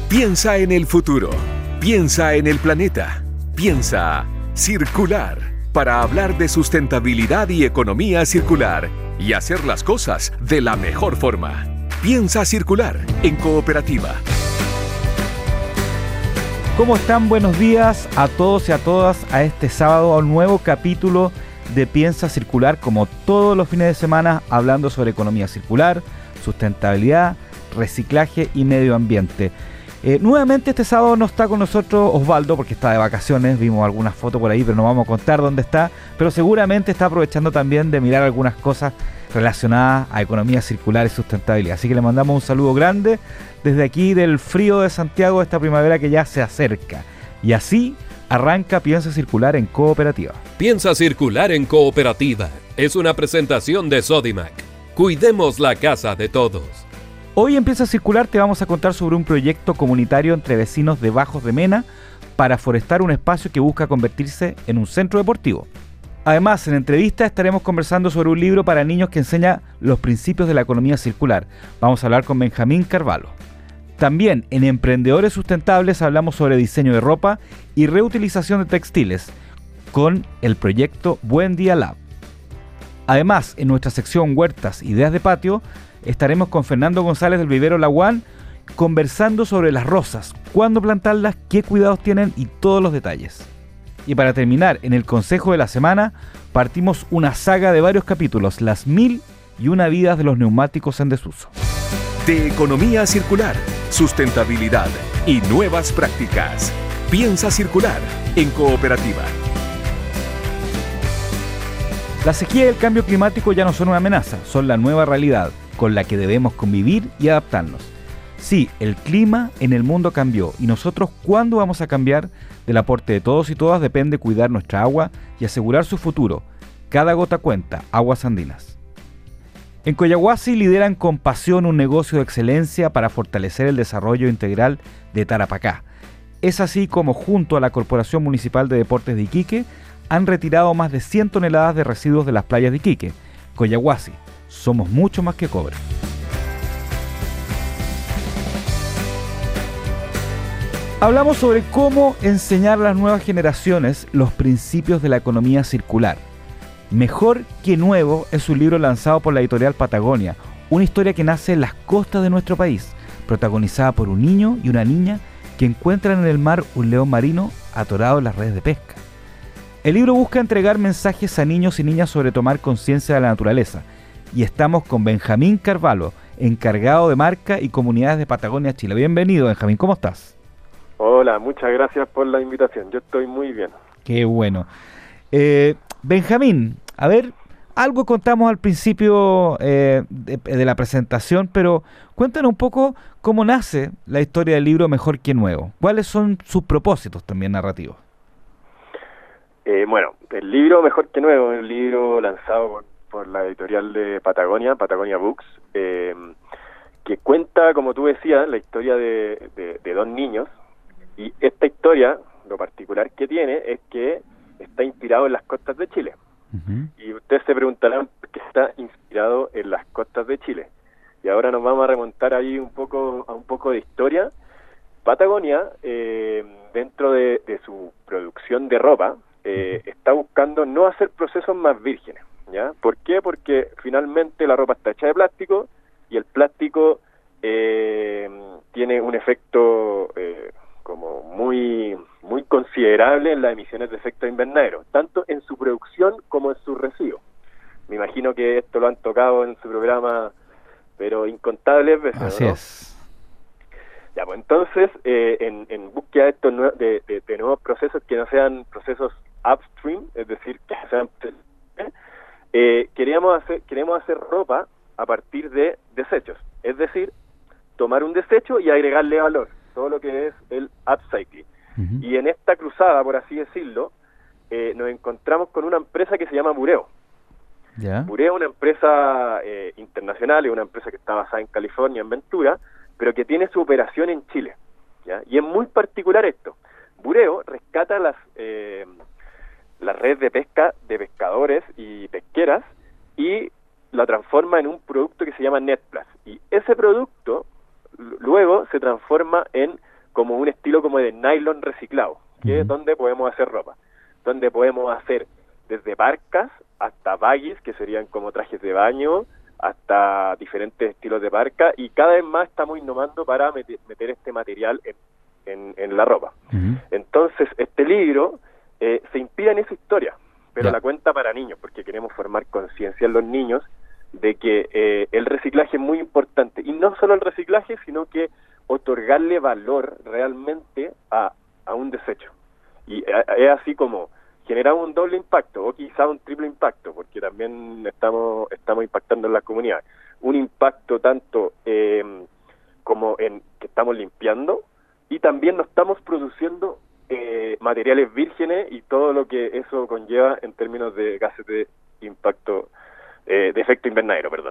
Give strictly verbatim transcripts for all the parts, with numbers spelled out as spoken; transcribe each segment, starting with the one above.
Piensa en el futuro. Piensa en el planeta. Piensa circular para hablar de sustentabilidad y economía circular y hacer las cosas de la mejor forma. Piensa circular en Cooperativa. ¿Cómo están? Buenos días a todos y a todas a este sábado, a un nuevo capítulo de Piensa Circular, como todos los fines de semana, hablando sobre economía circular, sustentabilidad, reciclaje y medio ambiente. Eh, nuevamente este sábado no está con nosotros Osvaldo porque está de vacaciones, vimos algunas fotos por ahí, pero no vamos a contar dónde está, pero seguramente está aprovechando también de mirar algunas cosas relacionadas a economía circular y sustentabilidad. Así que le mandamos un saludo grande desde aquí del frío de Santiago, esta primavera que ya se acerca. Y así arranca Piensa Circular en Cooperativa. Piensa Circular en Cooperativa es una presentación de Sodimac. Cuidemos la casa de todos. Hoy en Piensa Circular te vamos a contar sobre un proyecto comunitario entre vecinos de Bajos de Mena para forestar un espacio que busca convertirse en un centro deportivo. Además, en entrevista estaremos conversando sobre un libro para niños que enseña los principios de la economía circular. Vamos a hablar con Benjamín Carvalho. También en Emprendedores Sustentables hablamos sobre diseño de ropa y reutilización de textiles con el proyecto Buen Día Lab. Además, en nuestra sección Huertas, Ideas de Patio, estaremos con Fernando González del Vivero Laguán conversando sobre las rosas, cuándo plantarlas, qué cuidados tienen y todos los detalles. Y para terminar, en el Consejo de la Semana, partimos una saga de varios capítulos, las mil y una vidas de los neumáticos en desuso. De economía circular, sustentabilidad y nuevas prácticas. Piensa Circular en Cooperativa. La sequía y el cambio climático ya no son una amenaza, son la nueva realidad con la que debemos convivir y adaptarnos. Sí, el clima en el mundo cambió y nosotros, ¿cuándo vamos a cambiar? Del aporte de todos y todas depende cuidar nuestra agua y asegurar su futuro. Cada gota cuenta. Aguas Andinas. En Coyahuasi lideran con pasión un negocio de excelencia para fortalecer el desarrollo integral de Tarapacá. Es así como junto a la Corporación Municipal de Deportes de Iquique han retirado más de cien toneladas de residuos de las playas de Iquique. Coyahuasi, somos mucho más que cobre. Hablamos sobre cómo enseñar a las nuevas generaciones los principios de la economía circular. Mejor que Nuevo es un libro lanzado por la editorial Patagonia, una historia que nace en las costas de nuestro país, protagonizada por un niño y una niña que encuentran en el mar un león marino atorado en las redes de pesca. El libro busca entregar mensajes a niños y niñas sobre tomar conciencia de la naturaleza, y estamos con Benjamín Carvalho, encargado de marca y comunidades de Patagonia, Chile. Bienvenido, Benjamín, ¿cómo estás? Hola, muchas gracias por la invitación. Yo estoy muy bien. Qué bueno. Eh, Benjamín, a ver, algo contamos al principio eh, de, de la presentación, pero cuéntanos un poco cómo nace la historia del libro Mejor que Nuevo. ¿Cuáles son sus propósitos también narrativos? Eh, bueno, el libro Mejor que Nuevo es un libro lanzado por, por la editorial de Patagonia, Patagonia Books, eh, que cuenta, como tú decías, la historia de, de, de dos niños. Y esta historia, lo particular que tiene, es que está inspirado en las costas de Chile. Uh-huh. Y ustedes se preguntarán por qué está inspirado en las costas de Chile. Y ahora nos vamos a remontar ahí un poco a un poco de historia. Patagonia, eh, dentro de, de su producción de ropa, eh, está buscando no hacer procesos más vírgenes, ¿ya? ¿Por qué? Porque finalmente la ropa está hecha de plástico y el plástico eh, tiene un efecto Eh, como muy muy considerable en las emisiones de efecto invernadero, tanto en su producción como en su residuos. Me imagino que esto lo han tocado en su programa, pero incontables veces. Así ¿no? es. Ya, pues entonces, eh, en, en búsqueda de, estos nue- de, de, de nuevos procesos que no sean procesos upstream, es decir, que sean eh, queríamos hacer queremos hacer ropa a partir de desechos, es decir, tomar un desecho y agregarle valor, todo lo que es el upcycling. Uh-huh. Y en esta cruzada, por así decirlo, eh, nos encontramos con una empresa que se llama Bureo. ¿Ya? Bureo es una empresa eh, internacional, es una empresa que está basada en California, en Ventura, pero que tiene su operación en Chile, ¿ya? Y es muy particular esto. Bureo rescata las eh, las redes de pesca de pescadores y pesqueras y la transforma en un producto que se llama NetPlus. Y ese producto luego se transforma en como un estilo como de nylon reciclado, que Uh-huh. es donde podemos hacer ropa, donde podemos hacer desde parcas hasta baggies, que serían como trajes de baño, hasta diferentes estilos de parca, y cada vez más estamos innovando para meter, meter este material en, en, en la ropa. Uh-huh. Entonces, este libro eh, se inspira en esa historia, pero Ya. la cuenta para niños, porque queremos formar conciencia en los niños de que eh, el reciclaje es muy importante, y no solo el reciclaje, sino que otorgarle valor realmente a, a un desecho. Y eh, es así como generamos un doble impacto, o quizá un triple impacto, porque también estamos estamos impactando en las comunidades. Un impacto tanto eh, como en que estamos limpiando, y también no estamos produciendo eh, materiales vírgenes y todo lo que eso conlleva en términos de gases de impacto, eh, de efecto invernadero, perdón.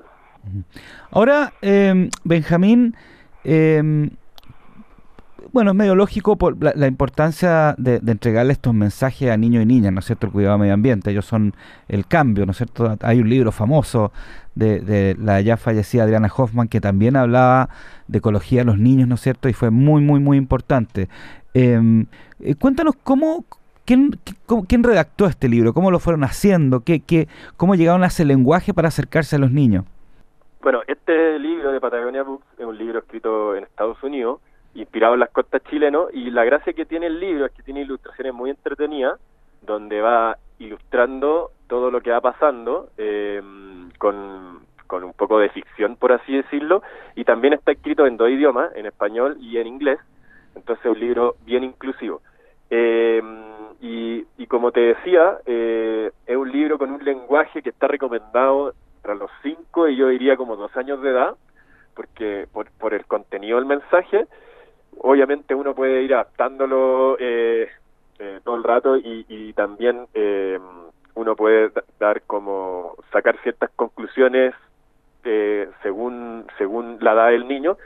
Ahora, eh, Benjamín, eh, bueno, es medio lógico por la, la importancia de, de entregarle estos mensajes a niños y niñas, ¿no es cierto? El cuidado del medio ambiente, ellos son el cambio, ¿no es cierto? Hay un libro famoso de, de la ya fallecida Adriana Hoffman que también hablaba de ecología de los niños, ¿no es cierto? Y fue muy, muy, muy importante. Eh, eh, cuéntanos cómo... ¿Quién, cómo, ¿Quién redactó este libro? ¿Cómo lo fueron haciendo? ¿Qué, qué, ¿Cómo llegaron a ese lenguaje para acercarse a los niños? Bueno, este libro de Patagonia Books es un libro escrito en Estados Unidos, inspirado en las costas chilenas, y la gracia que tiene el libro es que tiene ilustraciones muy entretenidas, donde va ilustrando todo lo que va pasando, eh, con, con un poco de ficción, por así decirlo, y también está escrito en dos idiomas, en español y en inglés, entonces es un libro bien inclusivo. Eh, y, y como te decía, eh, es un libro con un lenguaje que está recomendado para los cinco y yo diría como dos años de edad, porque por, por el contenido del mensaje. Obviamente uno puede ir adaptándolo eh, eh, todo el rato, y, y también eh, uno puede dar como sacar ciertas conclusiones eh, según según la edad del niño,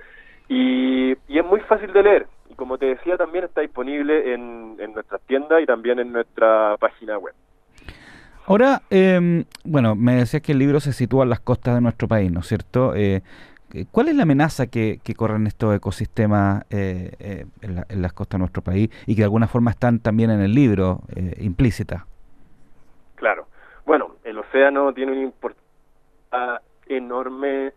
y, y es muy fácil de leer, y como te decía también está disponible en, en nuestras tiendas y también en nuestra página web. Ahora, eh, bueno, me decías que el libro se sitúa en las costas de nuestro país, ¿no es cierto? Eh, ¿Cuál es la amenaza que, que corren estos ecosistemas eh, eh, en, la, en las costas de nuestro país y que de alguna forma están también en el libro eh, implícitas? Claro. Bueno, el océano tiene una importancia enorme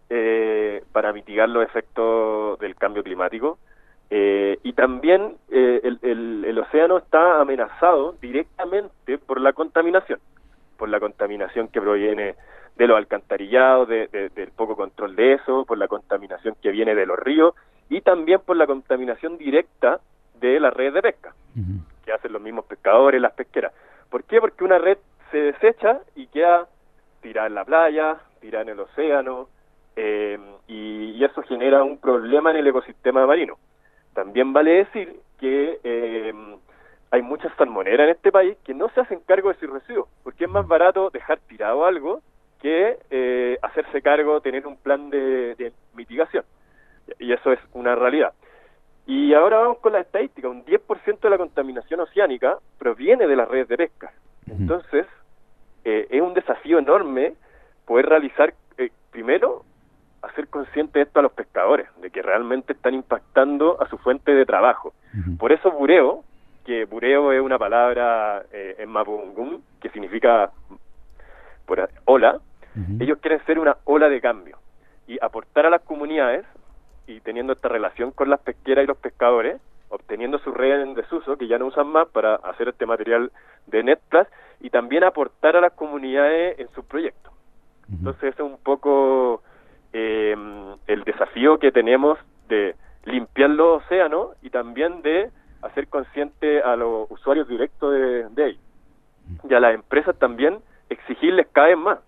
eh, para mitigar los efectos del cambio climático, eh, y también eh, el, el, el océano está amenazado directamente por la contaminación, por la contaminación que proviene de los alcantarillados, de, de, del poco control de eso, por la contaminación que viene de los ríos, y también por la contaminación directa de las redes de pesca, uh-huh. que hacen los mismos pescadores, las pesqueras. ¿Por qué? Porque una red se desecha y queda tirada en la playa, tirada en el océano, eh, y, y eso genera un problema en el ecosistema marino. También vale decir que eh, hay muchas salmoneras en este país que no se hacen cargo de sus residuos, porque es más barato dejar tirado algo que eh, hacerse cargo, tener un plan de, de mitigación. Y eso es una realidad. Y ahora vamos con la estadística. Un diez por ciento de la contaminación oceánica proviene de las redes de pesca. Entonces, eh, es un desafío enorme poder realizar, eh, primero, hacer consciente esto a los pescadores, de que realmente están impactando a su fuente de trabajo. Uh-huh. Por eso bureo, que bureo es una palabra eh, en mapudungún, que significa por, ola, uh-huh. ellos quieren ser una ola de cambio y aportar a las comunidades, y teniendo esta relación con las pesqueras y los pescadores, obteniendo sus redes en desuso, que ya no usan más, para hacer este material de NetPlus, y también aportar a las comunidades en sus proyectos. Uh-huh. Entonces ese es un poco eh, el desafío que tenemos de limpiar los océanos y también de hacer consciente a los usuarios directos de, de ellos. Y a las empresas también exigirles cada vez más.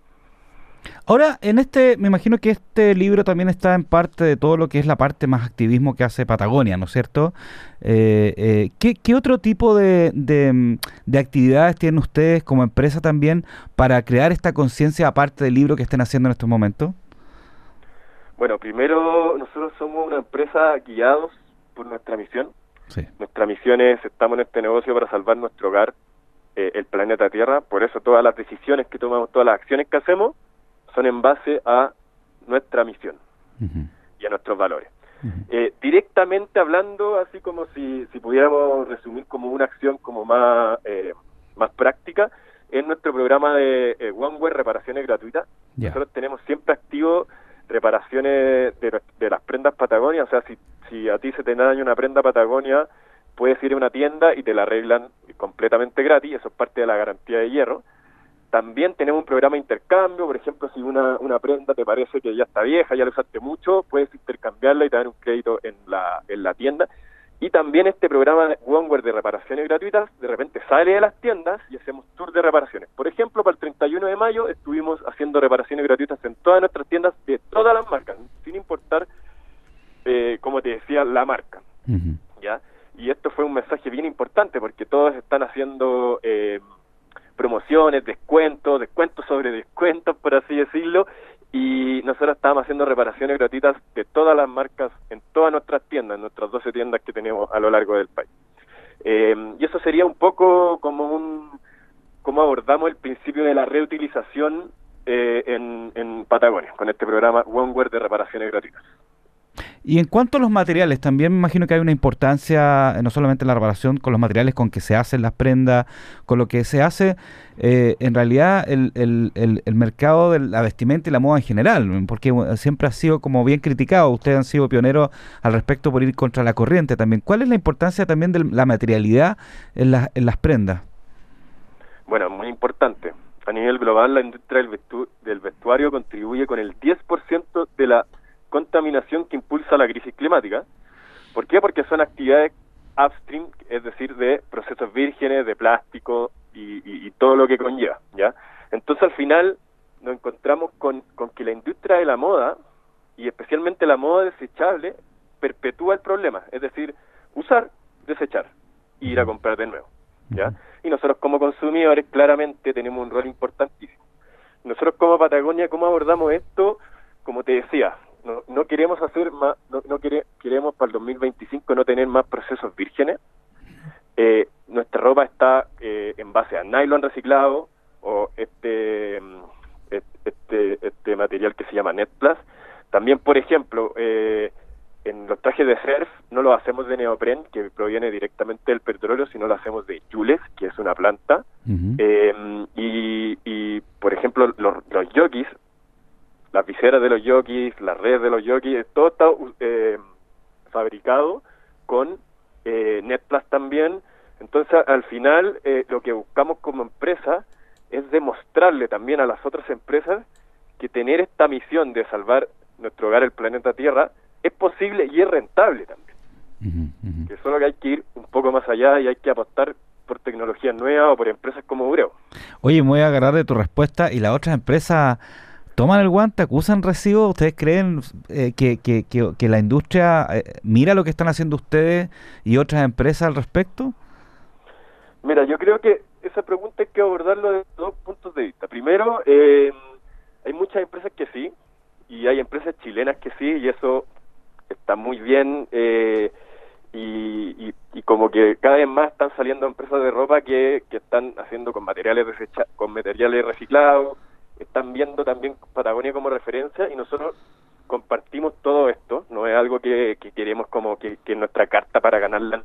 Ahora, en este, me imagino que este libro también está en parte de todo lo que es la parte más activismo que hace Patagonia, ¿no es cierto? Eh, eh, ¿qué, ¿Qué otro tipo de, de, de actividades tienen ustedes como empresa también para crear esta conciencia aparte del libro que estén haciendo en estos momentos? Bueno, primero, nosotros somos una empresa guiados por nuestra misión. Sí. Nuestra misión es, estamos en este negocio para salvar nuestro hogar, eh, el planeta Tierra. Por eso todas las decisiones que tomamos, todas las acciones que hacemos, son en base a nuestra misión uh-huh. y a nuestros valores. Uh-huh. Eh, directamente hablando, así como si, si pudiéramos resumir como una acción como más, eh, más práctica, es nuestro programa de eh, OneWare reparaciones gratuitas. Yeah. Nosotros tenemos siempre activo reparaciones de, de las prendas Patagonia, o sea, si, si a ti se te daña una prenda Patagonia, puedes ir a una tienda y te la arreglan completamente gratis, eso es parte de la garantía de hierro. También tenemos un programa de intercambio, por ejemplo, si una, una prenda te parece que ya está vieja, ya la usaste mucho, puedes intercambiarla y te dan un crédito en la, en la tienda. Y también este programa de OneWare de reparaciones gratuitas, de repente sale de las tiendas y hacemos tour de reparaciones. Por ejemplo, para el treinta y uno de mayo estuvimos haciendo reparaciones gratuitas en todas nuestras tiendas de todas las marcas, sin importar, eh, como te decía, la marca. Uh-huh. ¿Ya? Y esto fue un mensaje bien importante porque todos están haciendo eh, promociones, descuentos, descuentos sobre descuentos, por así decirlo, y nosotros estábamos haciendo reparaciones gratuitas de todas las marcas en todas nuestras tiendas, en nuestras doce tiendas que tenemos a lo largo del país. Eh, y eso sería un poco como un cómo abordamos el principio de la reutilización eh, en, en Patagonia, con este programa OneWare de reparaciones gratuitas. Y en cuanto a los materiales, también me imagino que hay una importancia, no solamente en la reparación, con los materiales con que se hacen las prendas, con lo que se hace, eh, en realidad, el, el, el, el mercado de la vestimenta y la moda en general, porque siempre ha sido como bien criticado, ustedes han sido pioneros al respecto por ir contra la corriente también. ¿Cuál es la importancia también de la materialidad en, la, en las prendas? Bueno, muy importante. A nivel global, la industria del, vestu del vestuario contribuye con el diez por ciento de la contaminación que impulsa la crisis climática. ¿Por qué? Porque son actividades upstream, es decir, de procesos vírgenes, de plástico y, y, y todo lo que conlleva, ¿ya? Entonces, al final, nos encontramos con, con que la industria de la moda, y especialmente la moda desechable, perpetúa el problema, es decir, usar, desechar, e ir a comprar de nuevo, ¿ya? Y nosotros como consumidores, claramente, tenemos un rol importantísimo. Nosotros como Patagonia, ¿cómo abordamos esto? Como te decía, No, no queremos hacer más, no, no quere, queremos para el dos mil veinticinco no tener más procesos vírgenes. Eh, nuestra ropa está eh, en base a nylon reciclado o este, este este material que se llama NetPlus. También, por ejemplo, eh, en los trajes de surf no lo hacemos de neopren, que proviene directamente del petróleo, sino lo hacemos de yules, que es una planta. Uh-huh. eh, y, y, por ejemplo, los, los jockeys, las viseras de los jockeys, las redes de los jockeys, todo está eh, fabricado con eh, NetPlus también. Entonces, al final, eh, lo que buscamos como empresa es demostrarle también a las otras empresas que tener esta misión de salvar nuestro hogar, el planeta Tierra, es posible y es rentable también. Uh-huh, uh-huh. Que solo que hay que ir un poco más allá y hay que apostar por tecnologías nuevas o por empresas como Bureo. Oye, me voy a agarrar de tu respuesta. ¿Y las otras empresas toman el guante, acusan recibo? ¿Ustedes creen eh, que, que, que, que la industria eh, mira lo que están haciendo ustedes y otras empresas al respecto? Mira, yo creo que esa pregunta hay que abordarlo desde dos puntos de vista. Primero, eh, hay muchas empresas que sí, y hay empresas chilenas que sí, y eso está muy bien, eh, y, y, y como que cada vez más están saliendo empresas de ropa que, que están haciendo con materiales desecha, con materiales reciclados, están viendo también Patagonia como referencia, y nosotros compartimos todo esto, no es algo que, que queremos como que, que nuestra carta para ganarla.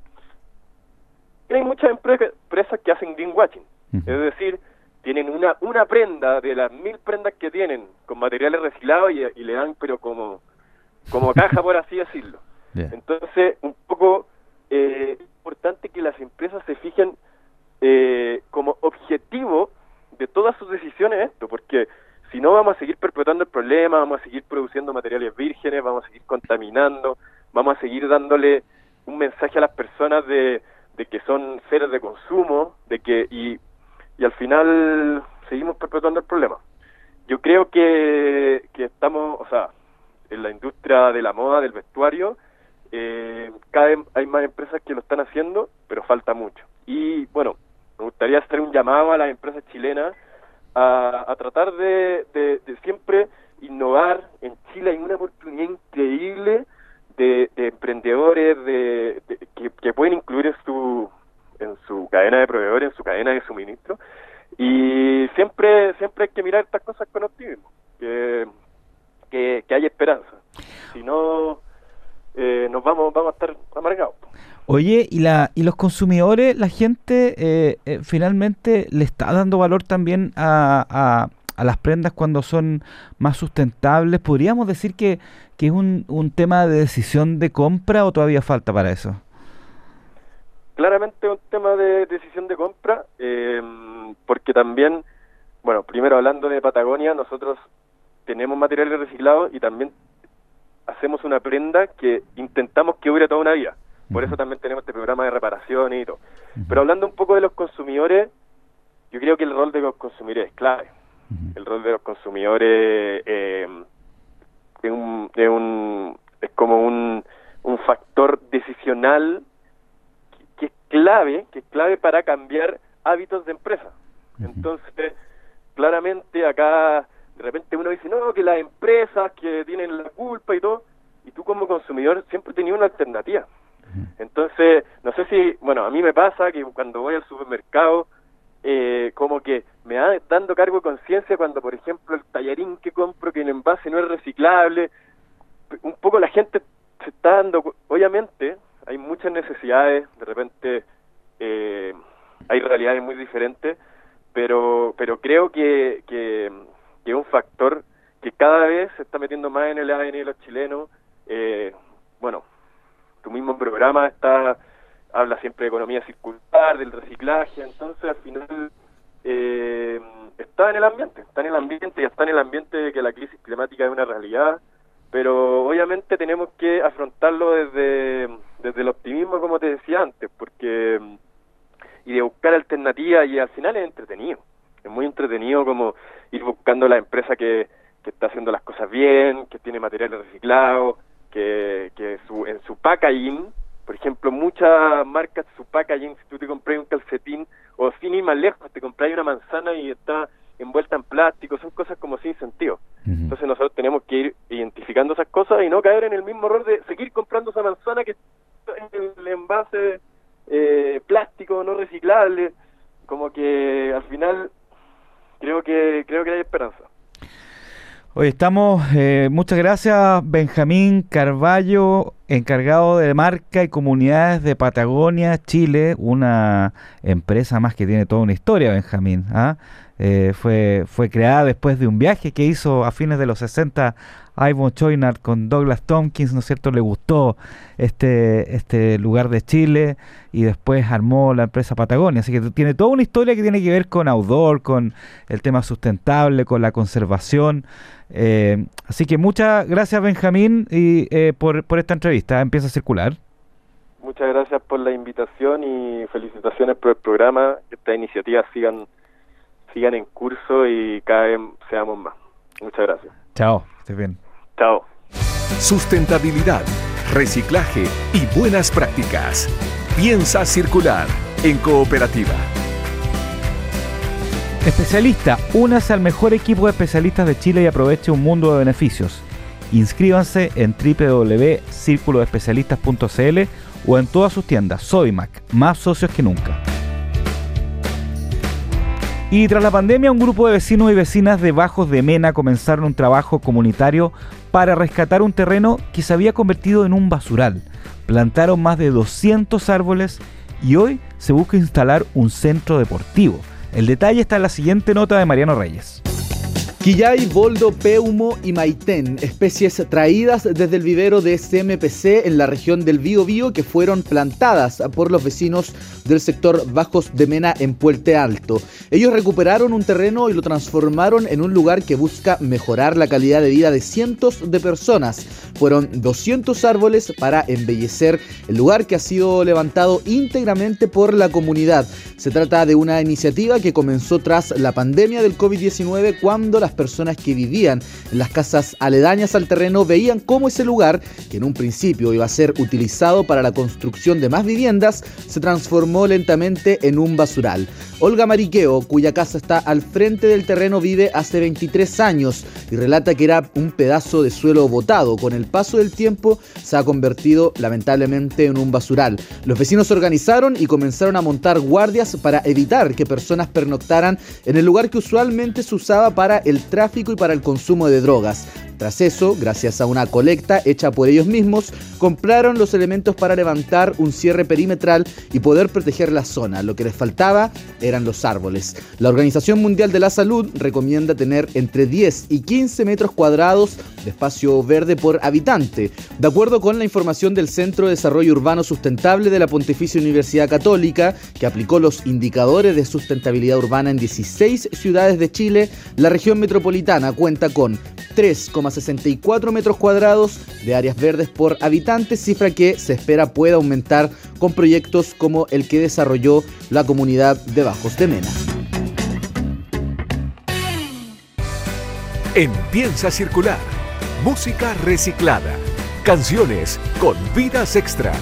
Hay muchas empresas, empresas que hacen greenwashing, uh-huh. Es decir, tienen una una prenda de las mil prendas que tienen con materiales reciclados y, y le dan pero como como caja, por así decirlo. Yeah. Entonces, un poco eh, es importante que las empresas se fijen eh, como objetivo de todas sus decisiones esto, porque si no vamos a seguir perpetuando el problema, vamos a seguir produciendo materiales vírgenes, vamos a seguir contaminando, vamos a seguir dándole un mensaje a las personas de, de que son seres de consumo, de que y, y al final seguimos perpetuando el problema. Yo creo que, que estamos, o sea, en la industria de la moda, del vestuario, eh, cada vez hay más empresas que lo están haciendo, pero falta mucho. Y bueno, me gustaría hacer un llamado a las empresas chilenas a, a tratar de, de, de siempre innovar. En Chile hay una oportunidad increíble de, de emprendedores de, de, que, que pueden incluir en su, en su cadena de proveedores, en su cadena de suministro. Y siempre siempre hay que mirar estas cosas con optimismo, que, que, que hay esperanza. Si no, eh, nos vamos, vamos a estar amargados. Oye, ¿y la y los consumidores, la gente eh, eh, finalmente le está dando valor también a, a, a las prendas cuando son más sustentables? ¿Podríamos decir que, que es un, un tema de decisión de compra o todavía falta para eso? Claramente un tema de decisión de compra, eh, porque también, bueno, primero hablando de Patagonia, nosotros tenemos materiales reciclados y también hacemos una prenda que intentamos que dure toda una vida. Por eso también tenemos este programa de reparación y todo. Pero hablando un poco de los consumidores, yo creo que el rol de los consumidores es clave. El rol de los consumidores eh, es, un, es, un, es como un, un factor decisional que, que es clave, que es clave para cambiar hábitos de empresa. Entonces, claramente acá de repente uno dice, no, que las empresas que tienen la culpa y todo, y tú como consumidor siempre tenías una alternativa. Entonces, no sé si, bueno, a mí me pasa que cuando voy al supermercado, eh, como que me da dando cargo de conciencia cuando, por ejemplo, el tallarín que compro, que el envase no es reciclable, un poco la gente se está dando, obviamente, hay muchas necesidades, de repente eh, hay realidades muy diferentes, pero pero creo que, que, que es un factor que cada vez se está metiendo más en el A D N de los chilenos. eh, bueno, tu mismo programa está habla siempre de economía circular, del reciclaje, entonces al final eh, está en el ambiente, está en el ambiente y está en el ambiente de que la crisis climática es una realidad, pero obviamente tenemos que afrontarlo desde, desde el optimismo, como te decía antes, porque y de buscar alternativas, y al final es entretenido, es muy entretenido como ir buscando la empresa que, que está haciendo las cosas bien, que tiene materiales reciclados, que, que su, en su packaging, por ejemplo, muchas marcas, su packaging, si tú te compras un calcetín, o sin ir más lejos, te compras una manzana y está envuelta en plástico, son cosas como sin sentido. Uh-huh. Entonces nosotros tenemos que ir identificando esas cosas y no caer en el mismo error de seguir comprando esa manzana que está en el envase eh, plástico, no reciclable, como que al final creo que creo que hay esperanza. Hoy estamos, eh, muchas gracias Benjamín Carballo, encargado de marca y comunidades de Patagonia, Chile, una empresa más que tiene toda una historia, Benjamín. ¿ah? Eh, fue, fue creada después de un viaje que hizo a fines de los sesenta Ivan Choynard con Douglas Tompkins, ¿no es cierto? Le gustó este, este lugar de Chile y después armó la empresa Patagonia, así que tiene toda una historia que tiene que ver con outdoor, con el tema sustentable, con la conservación. Eh, así que muchas gracias Benjamín y eh, por, por esta entrevista. Empieza a circular. Muchas gracias por la invitación y felicitaciones por el programa. Que estas iniciativas sigan sigan en curso y cada vez seamos más. Muchas gracias. Chao, estés bien. Chao. Sustentabilidad, reciclaje y buenas prácticas. Piensa circular en Cooperativa. Especialista, únase al mejor equipo de especialistas de Chile y aproveche un mundo de beneficios. Inscríbanse en doble u doble u doble u punto círculo de especialistas punto c l o en todas sus tiendas. Sodimac, más socios que nunca. Y tras la pandemia, un grupo de vecinos y vecinas de Bajos de Mena comenzaron un trabajo comunitario para rescatar un terreno que se había convertido en un basural. Plantaron más de doscientos árboles y hoy se busca instalar un centro deportivo. El detalle está en la siguiente nota de Mariano Reyes. Quillay, boldo, peumo y maitén, especies traídas desde el vivero de C M P C en la región del Biobío que fueron plantadas por los vecinos del sector Bajos de Mena en Puente Alto. Ellos recuperaron un terreno y lo transformaron en un lugar que busca mejorar la calidad de vida de cientos de personas. Fueron doscientos árboles para embellecer el lugar que ha sido levantado íntegramente por la comunidad. Se trata de una iniciativa que comenzó tras la pandemia del covid diecinueve, cuando las personas que vivían en las casas aledañas al terreno veían cómo ese lugar, que en un principio iba a ser utilizado para la construcción de más viviendas, se transformó lentamente en un basural. Olga Mariqueo, cuya casa está al frente del terreno, vive hace veintitrés años y relata que era un pedazo de suelo botado. Con el paso del tiempo se ha convertido lamentablemente en un basural. Los vecinos se organizaron y comenzaron a montar guardias para evitar que personas pernoctaran en el lugar que usualmente se usaba para el tráfico y para el consumo de drogas. Tras eso, gracias a una colecta hecha por ellos mismos, compraron los elementos para levantar un cierre perimetral y poder proteger la zona. Lo que les faltaba eran los árboles. La Organización Mundial de la Salud recomienda tener entre diez y quince metros cuadrados de espacio verde por habitante. De acuerdo con la información del Centro de Desarrollo Urbano Sustentable de la Pontificia Universidad Católica, que aplicó los indicadores de sustentabilidad urbana en dieciséis ciudades de Chile, la región metropolitana cuenta con tres coma sesenta y cuatro metros cuadrados de áreas verdes por habitante, cifra que se espera pueda aumentar con proyectos como el que desarrolló la comunidad de Bajos de Mena. En Piensa Circular, música reciclada, canciones con vidas extra.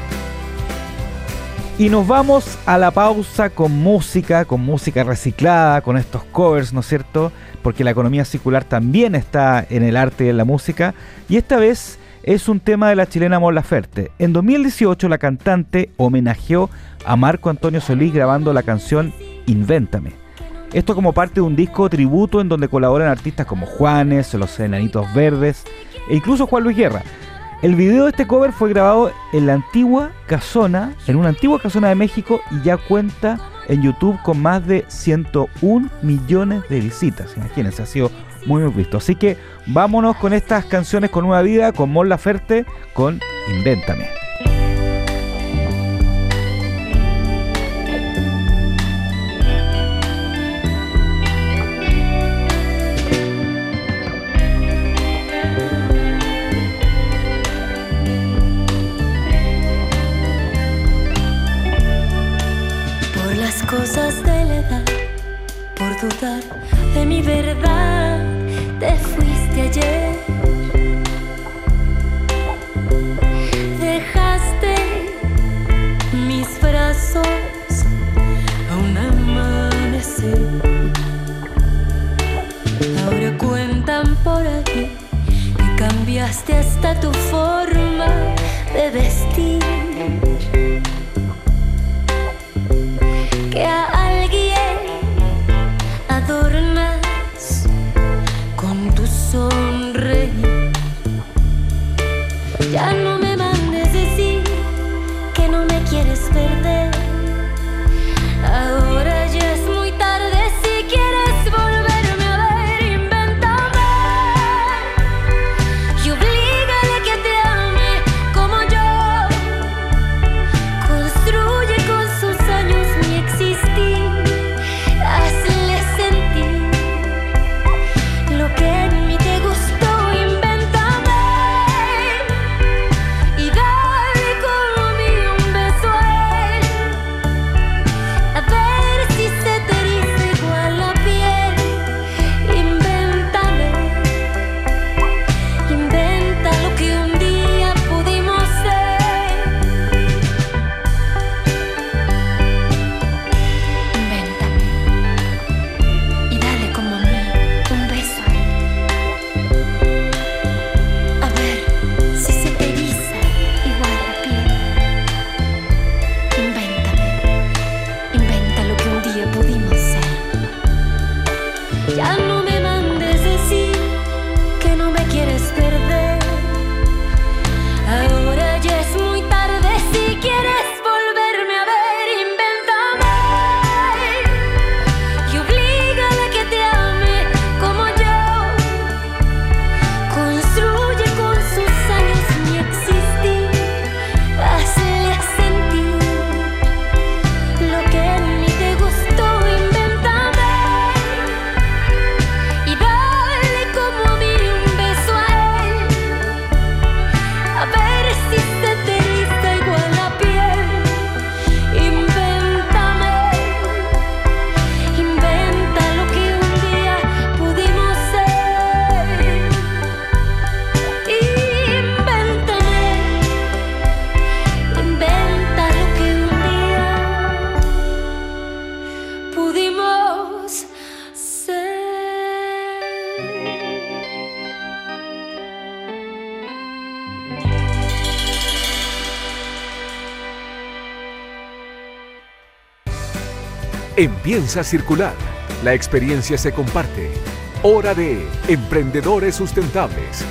Y nos vamos a la pausa con música, con música reciclada, con estos covers, ¿no es cierto? Porque la economía circular también está en el arte y en la música. Y esta vez es un tema de la chilena Mon Laferte. En dos mil dieciocho la cantante homenajeó a Marco Antonio Solís grabando la canción Invéntame. Esto como parte de un disco tributo en donde colaboran artistas como Juanes, Los Enanitos Verdes e incluso Juan Luis Guerra. El video de este cover fue grabado en la antigua casona, en una antigua casona de México, y ya cuenta en YouTube con más de ciento un millones de visitas. Imagínense, ha sido muy muy visto. Así que vámonos con estas canciones con nueva vida, con Mon Laferte, con Invéntame. Cosas de la edad, por dudar de mi verdad, te fuiste ayer. Dejaste mis brazos a un amanecer. Ahora cuentan por aquí que cambiaste hasta tu forma de vestir, que a alguien adornas con tu sonreír. En Piensa Circular, la experiencia se comparte. Hora de Emprendedores Sustentables.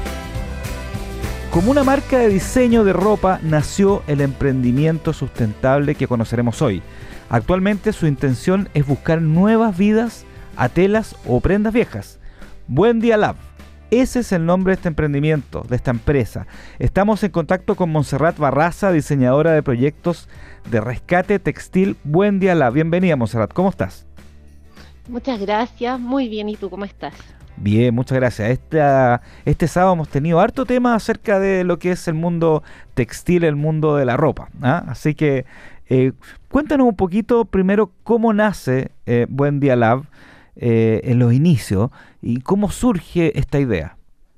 Como una marca de diseño de ropa nació el emprendimiento sustentable que conoceremos hoy. Actualmente su intención es buscar nuevas vidas a telas o prendas viejas. Buen Día Lab. Ese es el nombre de este emprendimiento, de esta empresa. Estamos en contacto con Montserrat Barraza, diseñadora de proyectos de rescate textil Buen Día Lab. Bienvenida, Montserrat, ¿cómo estás? Muchas gracias, muy bien, ¿y tú cómo estás? Bien, muchas gracias. Esta, este sábado hemos tenido harto tema acerca de lo que es el mundo textil, el mundo de la ropa, ¿ah? Así que eh, cuéntanos un poquito primero cómo nace eh, Buen Día Lab eh, en los inicios y cómo surge esta idea.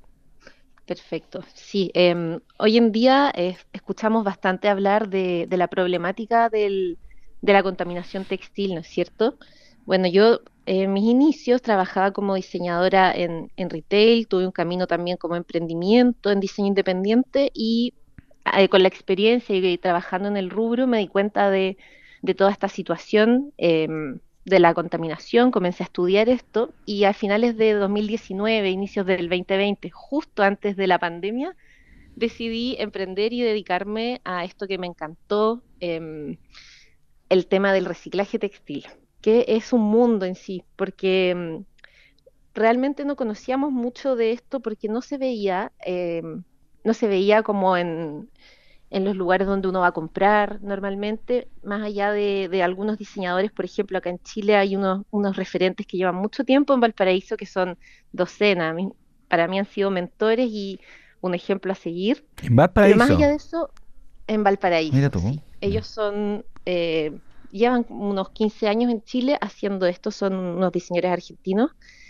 Perfecto, sí. Eh, hoy en día eh, escuchamos bastante hablar de, de la problemática del, de la contaminación textil, ¿no es cierto? Bueno, yo en mis inicios trabajaba como diseñadora en, en retail, tuve un camino también como emprendimiento en diseño independiente y eh, con la experiencia y trabajando en el rubro me di cuenta de, de toda esta situación eh, de la contaminación, comencé a estudiar esto y a finales de dos mil diecinueve, inicios del veinte veinte, justo antes de la pandemia, decidí emprender y dedicarme a esto que me encantó, eh, el tema del reciclaje textil, que es un mundo en sí, porque mm, realmente no conocíamos mucho de esto porque no se veía, eh, no se veía como en, en los lugares donde uno va a comprar normalmente, más allá de, de algunos diseñadores, por ejemplo, acá en Chile hay unos, unos referentes que llevan mucho tiempo en Valparaíso que son Docena, a mí- para mí han sido mentores y un ejemplo a seguir, En pero más Valparaíso. allá de eso, en Valparaíso, Mira tú. sí. Ellos son, eh, llevan unos quince años en Chile haciendo esto, son unos diseñadores argentinos.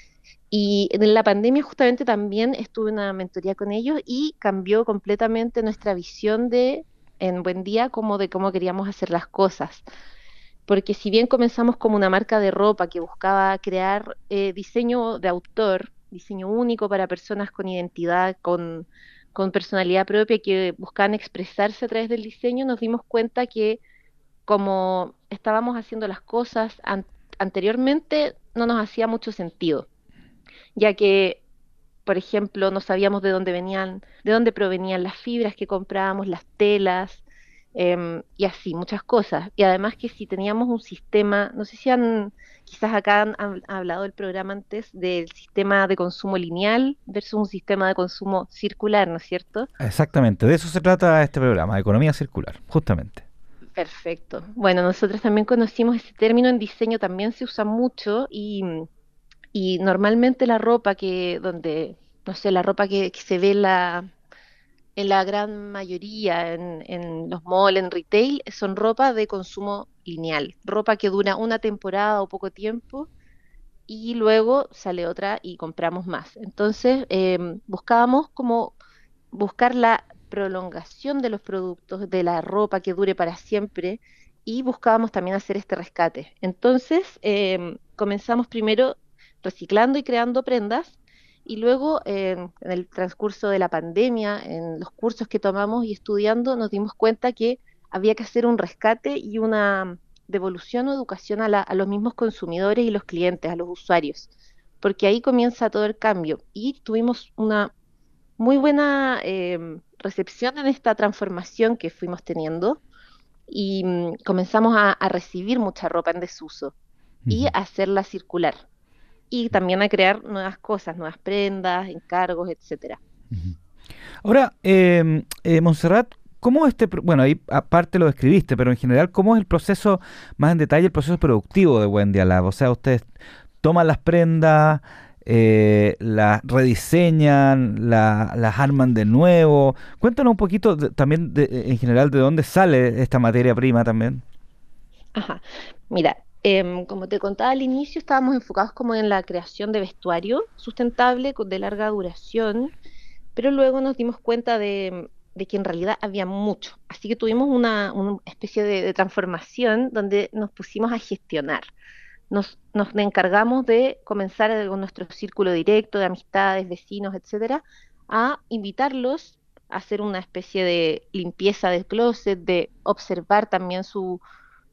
Y en la pandemia justamente también estuve en una mentoría con ellos y cambió completamente nuestra visión de, en Buen Día, como de cómo queríamos hacer las cosas. Porque si bien comenzamos como una marca de ropa que buscaba crear eh, diseño de autor, diseño único para personas con identidad, con, con personalidad propia, que buscaban expresarse a través del diseño, nos dimos cuenta que como estábamos haciendo las cosas an- anteriormente, no nos hacía mucho sentido, ya que, por ejemplo, no sabíamos de dónde venían, de dónde provenían las fibras que comprábamos, las telas, em, y así, muchas cosas. Y además que si teníamos un sistema, no sé si han, quizás acá han, han hablado del programa antes, del sistema de consumo lineal versus un sistema de consumo circular, ¿no es cierto? Exactamente, de eso se trata este programa, economía circular, justamente. Perfecto. Bueno, nosotros también conocimos ese término en diseño, también se usa mucho y, y normalmente la ropa que, donde, no sé, la ropa que, que se ve en la, en la gran mayoría en, en los malls, en retail, son ropa de consumo lineal, ropa que dura una temporada o poco tiempo y luego sale otra y compramos más. Entonces, em, buscábamos como buscar la prolongación de los productos, de la ropa que dure para siempre y buscábamos también hacer este rescate. Entonces, em, comenzamos primero reciclando y creando prendas y luego em, en el transcurso de la pandemia, en los cursos que tomamos y estudiando, nos dimos cuenta que había que hacer un rescate y una devolución o educación a, la- a los mismos consumidores y los clientes, a los usuarios, porque ahí comienza todo el cambio y tuvimos una muy buena eh, recepción en esta transformación que fuimos teniendo y mm, comenzamos a, a recibir mucha ropa en desuso y Ujú. a hacerla circular y también a crear nuevas cosas, nuevas prendas, encargos, etcétera. Ujú. Ahora, eh, eh, Montserrat, ¿cómo este, pro- bueno, ahí aparte lo describiste, pero en general, ¿cómo es el proceso, más en detalle, el proceso productivo de Buen Día Lab? O sea, ustedes toman las prendas, eh, las rediseñan, la- las arman de nuevo. Cuéntanos un poquito de- también, de- en general, de dónde sale esta materia prima también. Ajá. Mira, em, como te contaba al inicio, estábamos enfocados como en la creación de vestuario sustentable con- de larga duración, pero luego nos dimos cuenta de, de que en realidad había mucho. Así que tuvimos una, una especie de, de transformación donde nos pusimos a gestionar. Nos, nos encargamos de comenzar eh, con nuestro círculo directo de amistades, vecinos, etcétera, a invitarlos a hacer una especie de limpieza del closet, de observar también su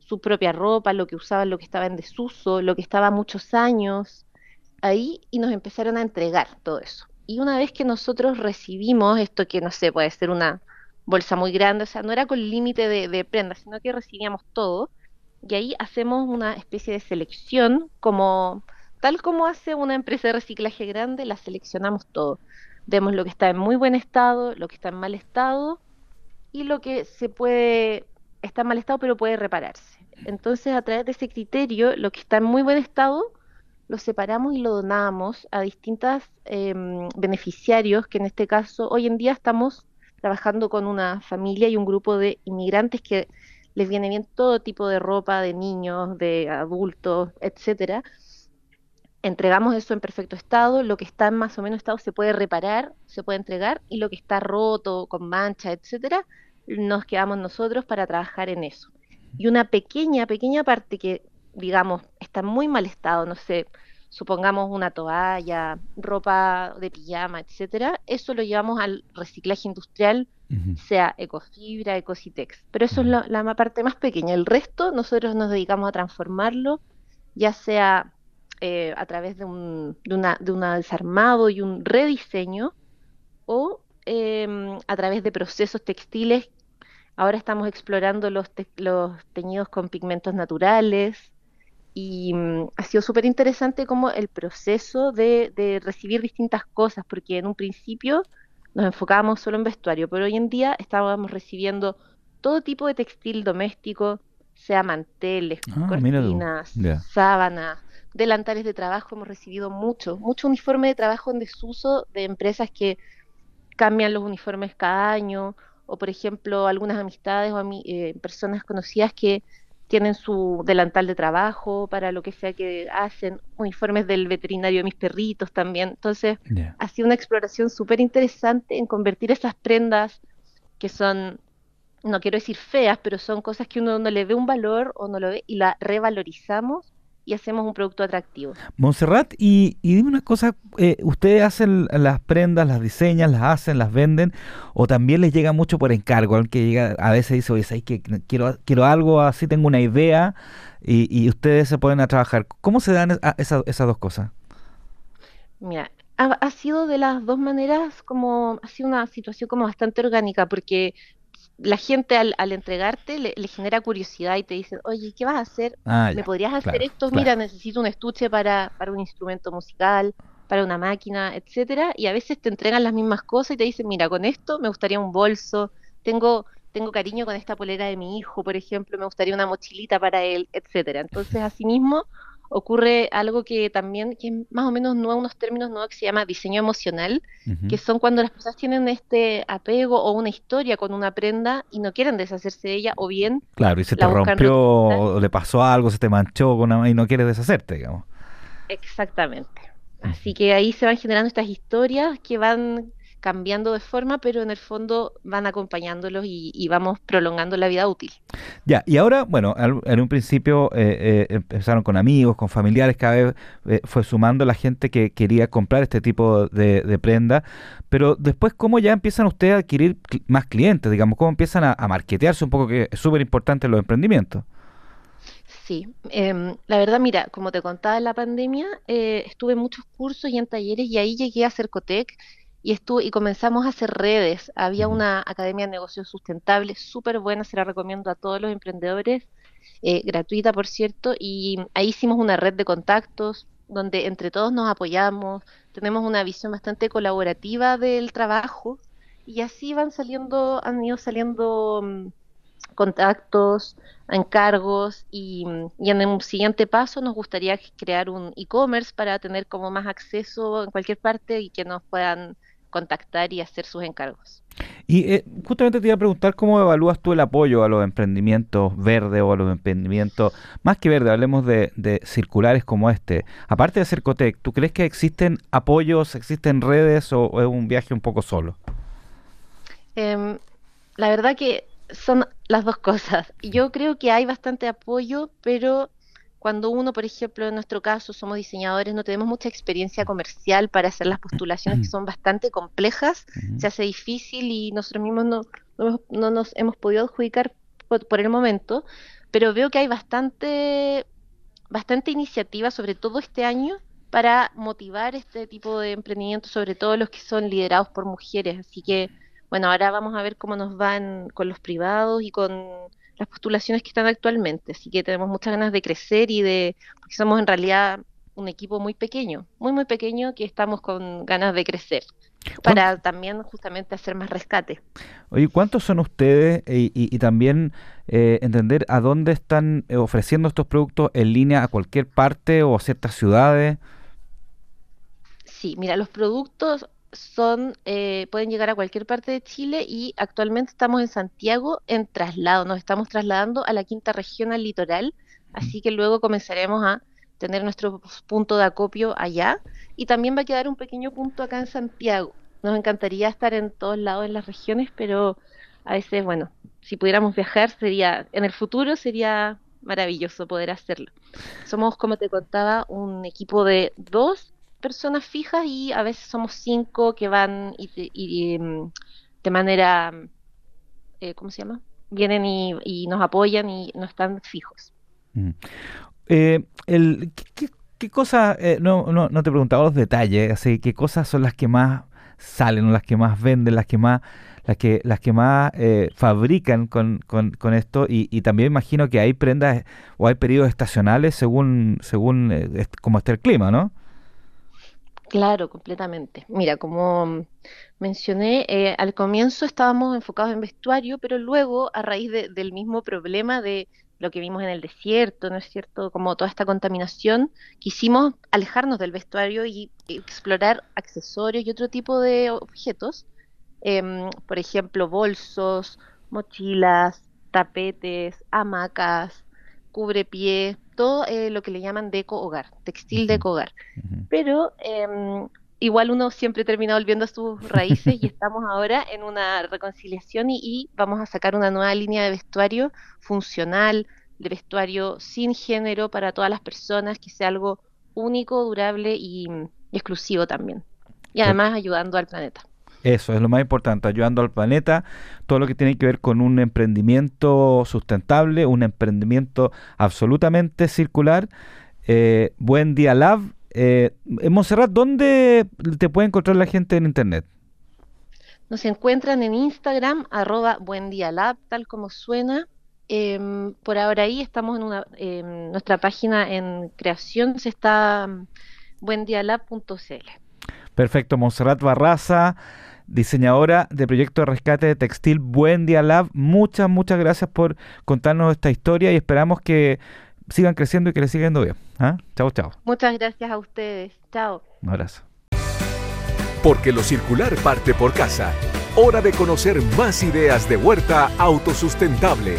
su propia ropa, lo que usaban, lo que estaba en desuso, lo que estaba muchos años ahí, y nos empezaron a entregar todo eso. Y una vez que nosotros recibimos esto, que no sé, puede ser una bolsa muy grande, o sea, no era con límite de, de prendas, sino que recibíamos todo, y ahí hacemos una especie de selección, como tal como hace una empresa de reciclaje grande, la seleccionamos todo. Vemos lo que está en muy buen estado, lo que está en mal estado, y lo que se puede, está en mal estado pero puede repararse. Entonces, a través de ese criterio, lo que está en muy buen estado, lo separamos y lo donamos a distintos beneficiarios, que en este caso, hoy en día estamos trabajando con una familia y un grupo de inmigrantes que les viene bien todo tipo de ropa, de niños, de adultos, etcétera. Entregamos eso en perfecto estado, lo que está en más o menos estado se puede reparar, se puede entregar, y lo que está roto, con mancha, etcétera, nos quedamos nosotros para trabajar en eso. Y una pequeña, pequeña parte que, digamos, está en muy mal estado, no sé, supongamos una toalla, ropa de pijama, etcétera, eso lo llevamos al reciclaje industrial, Ujú. sea Ecofibra, Ecositex. Pero eso es la, la ma- parte más pequeña. El resto nosotros nos dedicamos a transformarlo, ya sea eh, a través de un, de una, de un desarmado y un rediseño, o em, a través de procesos textiles. Ahora estamos explorando los, te- los teñidos con pigmentos naturales, y mm, ha sido súper interesante como el proceso de, de recibir distintas cosas, porque en un principio nos enfocábamos solo en vestuario, pero hoy en día estábamos recibiendo todo tipo de textil doméstico, sea manteles, Ah, mira tú. cortinas, Ya. sábanas, delantales de trabajo. Hemos recibido mucho, mucho uniforme de trabajo en desuso de empresas que cambian los uniformes cada año, o por ejemplo algunas amistades o ami- eh, personas conocidas que tienen su delantal de trabajo para lo que sea que hacen, uniformes del veterinario de mis perritos también. Entonces, Ya. ha sido una exploración súper interesante en convertir esas prendas que son, no quiero decir feas, pero son cosas que uno no le ve un valor o no lo ve, y la revalorizamos y hacemos un producto atractivo. Montserrat, y, y dime una cosa, eh, ¿ustedes hacen las prendas, las diseñan, las hacen, las venden, o también les llega mucho por encargo? Al que llega, a veces dice, oye, ¿sabes qué? Quiero, quiero algo así, tengo una idea, y, y ustedes se ponen a trabajar. ¿Cómo se dan a- esa- esas dos cosas? Mira, ha, ha sido de las dos maneras, como ha sido una situación como bastante orgánica, porque la gente al, al entregarte le, le genera curiosidad y te dicen, oye, ¿qué vas a hacer? Ah, ¿Me ya, podrías hacer claro, esto? claro. Mira, necesito un estuche para, para un instrumento musical, para una máquina, etcétera. Y a veces te entregan las mismas cosas y te dicen, mira, con esto me gustaría un bolso, tengo, tengo cariño con esta polera de mi hijo, por ejemplo, me gustaría una mochilita para él, etcétera. Entonces, asimismo, ocurre algo que también, que es más o menos nuevo, unos términos nuevos que se llama diseño emocional, que Ujú. son cuando las personas tienen este apego o una historia con una prenda y no quieren deshacerse de ella, o bien Claro, y se te la buscan rompió, reutilizar. o le pasó algo, se te manchó con una- y no quieres deshacerte, digamos. Exactamente. Ujú. Así que ahí se van generando estas historias que van cambiando de forma, pero en el fondo van acompañándolos, y, y vamos prolongando la vida útil. Ya, y ahora, bueno, al- en un principio eh, eh, empezaron con amigos, con familiares, cada vez eh, fue sumando la gente que quería comprar este tipo de, de prenda, pero después, ¿cómo ya empiezan ustedes a adquirir cl- más clientes, digamos? ¿Cómo empiezan a, a marketearse un poco, que es súper importante en los emprendimientos? Sí, em, la verdad, mira, como te contaba en la pandemia, eh, estuve en muchos cursos y en talleres, y ahí llegué a Cercotec, y estuve, y comenzamos a hacer redes. Había Ujú. una academia de negocios sustentables súper buena, se la recomiendo a todos los emprendedores, eh, gratuita por cierto, y ahí hicimos una red de contactos donde entre todos nos apoyamos, tenemos una visión bastante colaborativa del trabajo, y así van saliendo, han ido saliendo mm, contactos, encargos, y, y en un siguiente paso nos gustaría crear un e-commerce para tener como más acceso en cualquier parte y que nos puedan contactar y hacer sus encargos. Y eh, justamente te iba a preguntar cómo evalúas tú el apoyo a los emprendimientos verdes o a los emprendimientos, más que verdes, hablemos de, de circulares como este. Aparte de Cercotec, ¿tú crees que existen apoyos, existen redes, o, o es un viaje un poco solo? Em, la verdad que son las dos cosas. Yo creo que hay bastante apoyo, pero cuando uno, por ejemplo, en nuestro caso, somos diseñadores, no tenemos mucha experiencia comercial para hacer las postulaciones, que son bastante complejas, Ujú. se hace difícil, y nosotros mismos no, no, hemos- no nos hemos podido adjudicar por, por el momento, pero veo que hay bastante, bastante iniciativa, sobre todo este año, para motivar este tipo de emprendimientos, sobre todo los que son liderados por mujeres. Así que, bueno, ahora vamos a ver cómo nos van con los privados y con las postulaciones que están actualmente. Así que tenemos muchas ganas de crecer y de, porque somos en realidad un equipo muy pequeño, muy, muy pequeño, que estamos con ganas de crecer, para también justamente hacer más rescate. Oye, ¿cuántos son ustedes? Y, y, y también eh, entender a dónde están eh, ofreciendo estos productos en línea, a cualquier parte o a ciertas ciudades. Sí, mira, los productos son, eh, pueden llegar a cualquier parte de Chile y actualmente estamos en Santiago en traslado, nos estamos trasladando a la quinta región, al litoral, así que luego comenzaremos a tener nuestro punto de acopio allá y también va a quedar un pequeño punto acá en Santiago. Nos encantaría estar en todos lados en las regiones, pero a veces, bueno, si pudiéramos viajar sería, en el futuro sería maravilloso poder hacerlo. Somos, como te contaba, un equipo de dos personas fijas y a veces somos cinco que van y, te- y, em, de manera, eh, ¿cómo se llama? Vienen y, y nos apoyan y no están fijos. Mm. Eh, el, ¿qué, qué, qué cosas, eh, no, no, no te preguntaba los detalles, así, qué cosas son las que más salen, o las que más venden, las que más, las que, las que más eh, fabrican con, con, con esto, y, y también imagino que hay prendas o hay periodos estacionales según, según eh, est- cómo esté el clima, ¿no? Claro, completamente. Mira, como mm, mencioné, eh, al comienzo estábamos enfocados en vestuario, pero luego, a raíz de- del mismo problema de lo que vimos en el desierto, ¿no es cierto? Como toda esta contaminación, quisimos alejarnos del vestuario y explorar accesorios y otro tipo de objetos, em, por ejemplo, bolsos, mochilas, tapetes, hamacas, cubrepié, todo eh, lo que le llaman deco hogar, textil Ujú, deco hogar. ujú. Pero em, igual uno siempre termina volviendo a sus raíces y estamos ahora en una reconciliación y, y vamos a sacar una nueva línea de vestuario funcional, de vestuario sin género para todas las personas, que sea algo único, durable y, y exclusivo también. Y Per- además ayudando al planeta. Eso es lo más importante, ayudando al planeta, todo lo que tiene que ver con un emprendimiento sustentable, un emprendimiento absolutamente circular. Eh, Buen Día Lab. Eh, en Montserrat, ¿dónde te puede encontrar la gente en internet? Nos encuentran en Instagram, arroba Buen Día Lab, tal como suena. Em, por ahora ahí estamos en una, em, nuestra página en creación, se está mm, buendialab punto c l. Perfecto, Montserrat Barraza, diseñadora de proyecto de rescate de textil Buen Día Lab. Muchas, muchas gracias por contarnos esta historia y esperamos que sigan creciendo y que les siga yendo bien. ¿Ah? Chao, chao. Muchas gracias a ustedes. Chao. Un abrazo. Porque lo circular parte por casa. Hora de conocer más ideas de huerta autosustentable.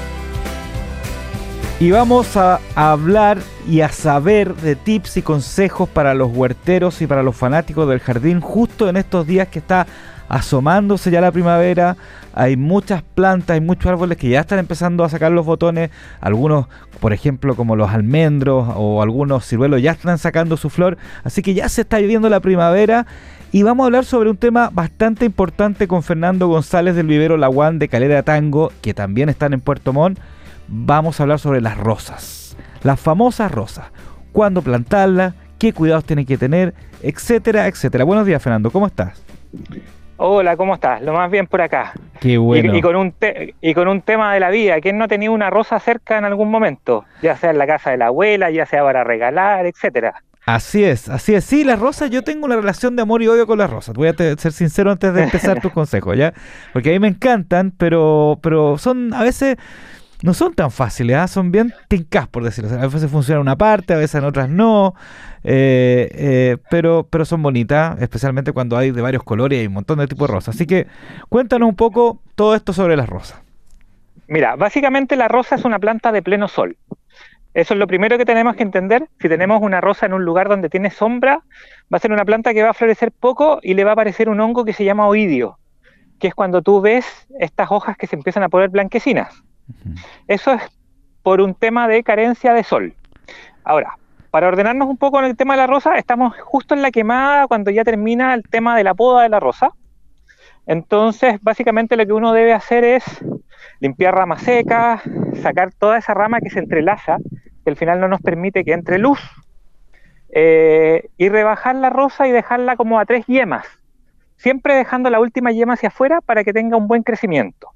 Y vamos a, a hablar y a saber de tips y consejos para los huerteros y para los fanáticos del jardín justo en estos días que está asomándose ya la primavera. Hay muchas plantas, hay muchos árboles que ya están empezando a sacar los botones. Algunos, por ejemplo, como los almendros o algunos ciruelos ya están sacando su flor. Así que ya se está viviendo la primavera. Y vamos a hablar sobre un tema bastante importante con Fernando González del vivero Laguán de Calera Tango, que también están en Puerto Montt. Vamos a hablar sobre las rosas, las famosas rosas, cuándo plantarlas, qué cuidados tienen que tener, etcétera, etcétera. Buenos días, Fernando, ¿cómo estás? Hola, ¿cómo estás? Lo más bien por acá. Qué bueno. Y, y con un te- y con un tema de la vida. ¿Quién no ha tenido una rosa cerca en algún momento? Ya sea en la casa de la abuela, ya sea para regalar, etcétera. Así es, así es. Sí, las rosas, yo tengo una relación de amor y odio con las rosas. Voy a te- ser sincero antes de empezar tus consejos, ¿ya? Porque a mí me encantan, pero, pero son a veces... No son tan fáciles, ¿ah? Son bien tincás, por decirlo. O sea, a veces funciona una parte, a veces en otras no, eh, eh, pero, pero son bonitas, especialmente cuando hay de varios colores y un montón de tipos de rosas. Así que cuéntanos un poco todo esto sobre las rosas. Mira, básicamente la rosa es una planta de pleno sol. Eso es lo primero que tenemos que entender. Si tenemos una rosa en un lugar donde tiene sombra, va a ser una planta que va a florecer poco y le va a aparecer un hongo que se llama oidio, que es cuando tú ves estas hojas que se empiezan a poner blanquecinas. Eso es por un tema de carencia de sol. Ahora, para ordenarnos un poco en el tema de la rosa, estamos justo en la quemada cuando ya termina el tema de la poda de la rosa. Entonces, básicamente lo que uno debe hacer es limpiar ramas secas, sacar toda esa rama que se entrelaza, que al final no nos permite que entre luz, eh, y rebajar la rosa y dejarla como a tres yemas, siempre dejando la última yema hacia afuera para que tenga un buen crecimiento.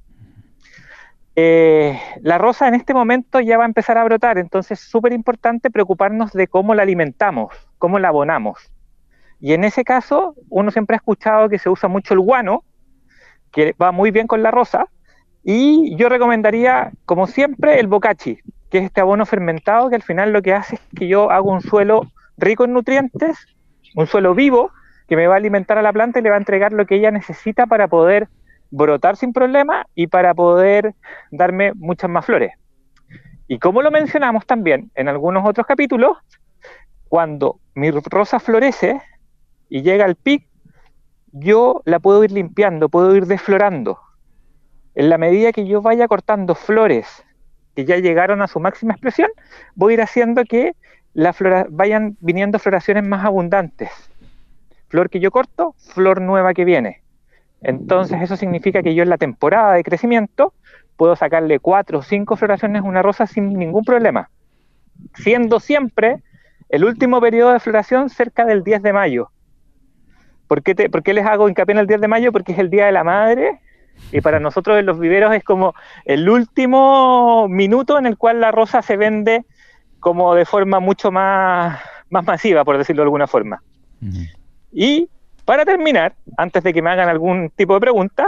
Eh, la rosa en este momento ya va a empezar a brotar, entonces es súper importante preocuparnos de cómo la alimentamos, cómo la abonamos. Y en ese caso, uno siempre ha escuchado que se usa mucho el guano, que va muy bien con la rosa, y yo recomendaría, como siempre, el bocachi, que es este abono fermentado que al final lo que hace es que yo hago un suelo rico en nutrientes, un suelo vivo, que me va a alimentar a la planta y le va a entregar lo que ella necesita para poder brotar sin problema y para poder darme muchas más flores. Y como lo mencionamos también en algunos otros capítulos, cuando mi rosa florece y llega al pic, yo la puedo ir limpiando, puedo ir desflorando. En la medida que yo vaya cortando flores que ya llegaron a su máxima expresión, voy a ir haciendo que la flora, vayan viniendo floraciones más abundantes. Flor que yo corto, flor nueva que viene. Entonces eso significa que yo en la temporada de crecimiento puedo sacarle cuatro o cinco floraciones a una rosa sin ningún problema, siendo siempre el último periodo de floración cerca del diez de mayo. ¿Por qué, te, ¿Por qué les hago hincapié en el diez de mayo? Porque es el Día de la Madre y para nosotros en los viveros es como el último minuto en el cual la rosa se vende como de forma mucho más, más masiva, por decirlo de alguna forma. Uh-huh. Y para terminar, antes de que me hagan algún tipo de pregunta,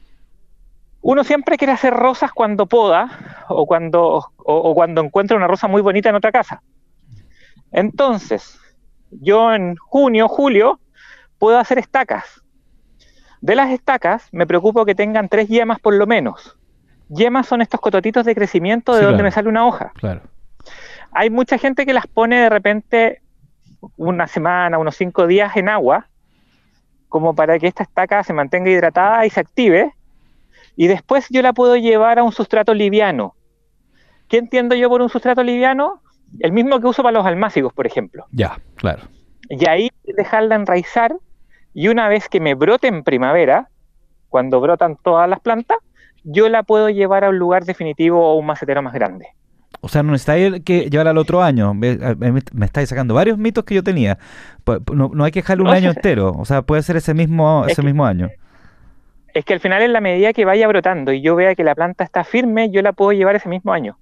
uno siempre quiere hacer rosas cuando poda o cuando, o, o cuando encuentra una rosa muy bonita en otra casa. Entonces, yo en junio, julio, puedo hacer estacas. De las estacas, me preocupo que tengan tres yemas por lo menos. Yemas son estos cototitos de crecimiento de sí, donde claro. me sale una hoja. Claro. Hay mucha gente que las pone de repente una semana, unos cinco días en agua, como para que esta estaca se mantenga hidratada y se active, y después yo la puedo llevar a un sustrato liviano. ¿Qué entiendo yo por un sustrato liviano? El mismo que uso para los almácigos, por ejemplo. Ya, claro. Y ahí dejarla enraizar, y una vez que me brote en primavera, cuando brotan todas las plantas, yo la puedo llevar a un lugar definitivo o un macetero más grande. O sea, no necesitáis que llevarla al otro año. Me, me, me estáis sacando varios mitos que yo tenía. No, no hay que dejarlo un no, año entero. O sea, puede ser ese mismo, ese que, mismo año. Es que al final, en la medida que vaya brotando y yo vea que la planta está firme, yo la puedo llevar ese mismo año.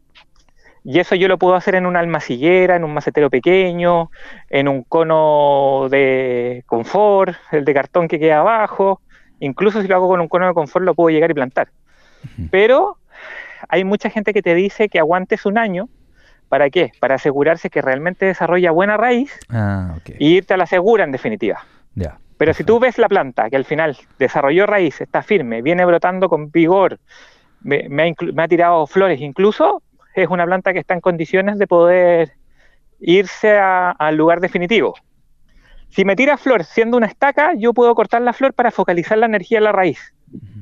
Y eso yo lo puedo hacer en una almaciguera, en un macetero pequeño, en un cono de confort, el de cartón que queda abajo. Incluso si lo hago con un cono de confort, lo puedo llegar y plantar. Uh-huh. Pero hay mucha gente que te dice que aguantes un año. ¿Para qué? Para asegurarse que realmente desarrolla buena raíz ah, okay. y irte a la segura en definitiva. Yeah, Pero perfecto. Si tú ves la planta que al final desarrolló raíz, está firme, viene brotando con vigor, me, me, ha, inclu- me ha tirado flores, incluso es una planta que está en condiciones de poder irse al lugar definitivo. Si me tira flor siendo una estaca, yo puedo cortar la flor para focalizar la energía en la raíz.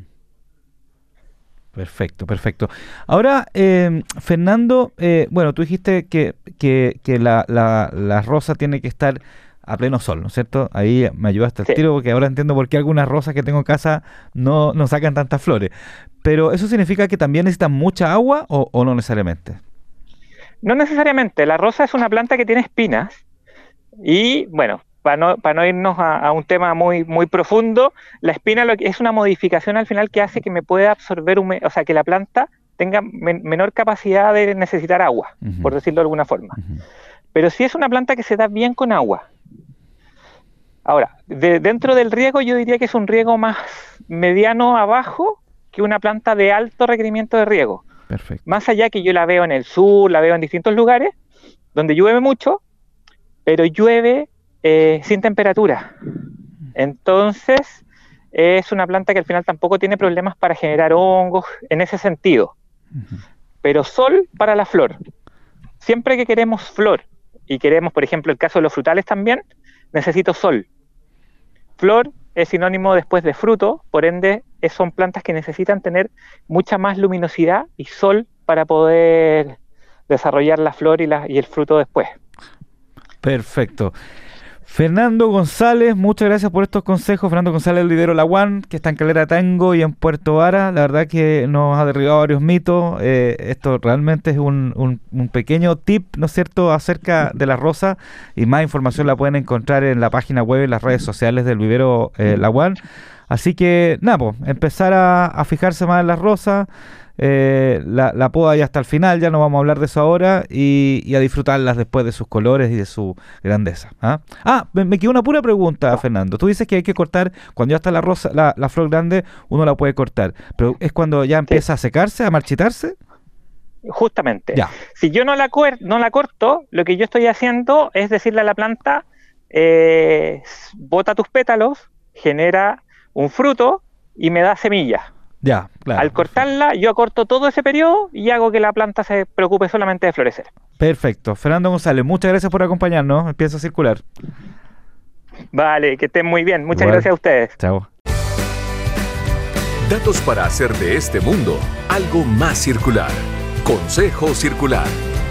Perfecto, perfecto. Ahora, eh, Fernando, eh, bueno, tú dijiste que, que, que la, la, la rosa tiene que estar a pleno sol, ¿no es cierto? Ahí me ayudaste al sí. tiro, porque ahora entiendo por qué algunas rosas que tengo en casa no, no sacan tantas flores. Pero ¿eso significa que también necesitan mucha agua o, o no necesariamente? No necesariamente. La rosa es una planta que tiene espinas y, bueno, para no, para no irnos a, a un tema muy, muy profundo, la espina lo que es una modificación al final que hace que me pueda absorber, hume- o sea, que la planta tenga men- menor capacidad de necesitar agua, uh-huh. por decirlo de alguna forma. Uh-huh. Pero sí es una planta que se da bien con agua. Ahora, de, dentro del riego yo diría que es un riego más mediano abajo que una planta de alto requerimiento de riego. Perfecto. Más allá que yo la veo en el sur, la veo en distintos lugares, donde llueve mucho, pero llueve Eh, sin temperatura. Entonces es una planta que al final tampoco tiene problemas para generar hongos en ese sentido. Uh-huh. Pero sol para la flor. Siempre que queremos flor y queremos, por ejemplo, el caso de los frutales también, necesito sol. Flor es sinónimo después de fruto, por ende son plantas que necesitan tener mucha más luminosidad y sol para poder desarrollar la flor y, la, y el fruto después. Perfecto. Fernando González, muchas gracias por estos consejos. Fernando González del vivero La One, que está en Calera Tango y en Puerto Vara. La verdad que nos ha derribado varios mitos. Eh, esto realmente es un, un, un pequeño tip, ¿no es cierto?, acerca de la rosa, y más información la pueden encontrar en la página web y en las redes sociales del vivero eh, La One. Así que, nada, pues, empezar a, a fijarse más en las rosas. Eh, la, la poda ya hasta el final, ya no vamos a hablar de eso ahora, y, y a disfrutarlas después de sus colores y de su grandeza. ¿Ah? Ah, me, me quedó una pura pregunta, Fernando. Tú dices que hay que cortar, cuando ya está la rosa, la, la flor grande, uno la puede cortar, pero es cuando ya empieza sí. a secarse, a marchitarse. Justamente. Ya. Si yo no la, cuer- no la corto, lo que yo estoy haciendo es decirle a la planta, eh, bota tus pétalos, genera un fruto y me da semillas. Ya, claro. Al cortarla, yo acorto todo ese periodo y hago que la planta se preocupe solamente de florecer. Perfecto. Fernando González, muchas gracias por acompañarnos. Empieza a circular. Vale, que estén muy bien. Muchas Igual. gracias a ustedes. Chao. Datos para hacer de este mundo algo más circular. Consejo Circular.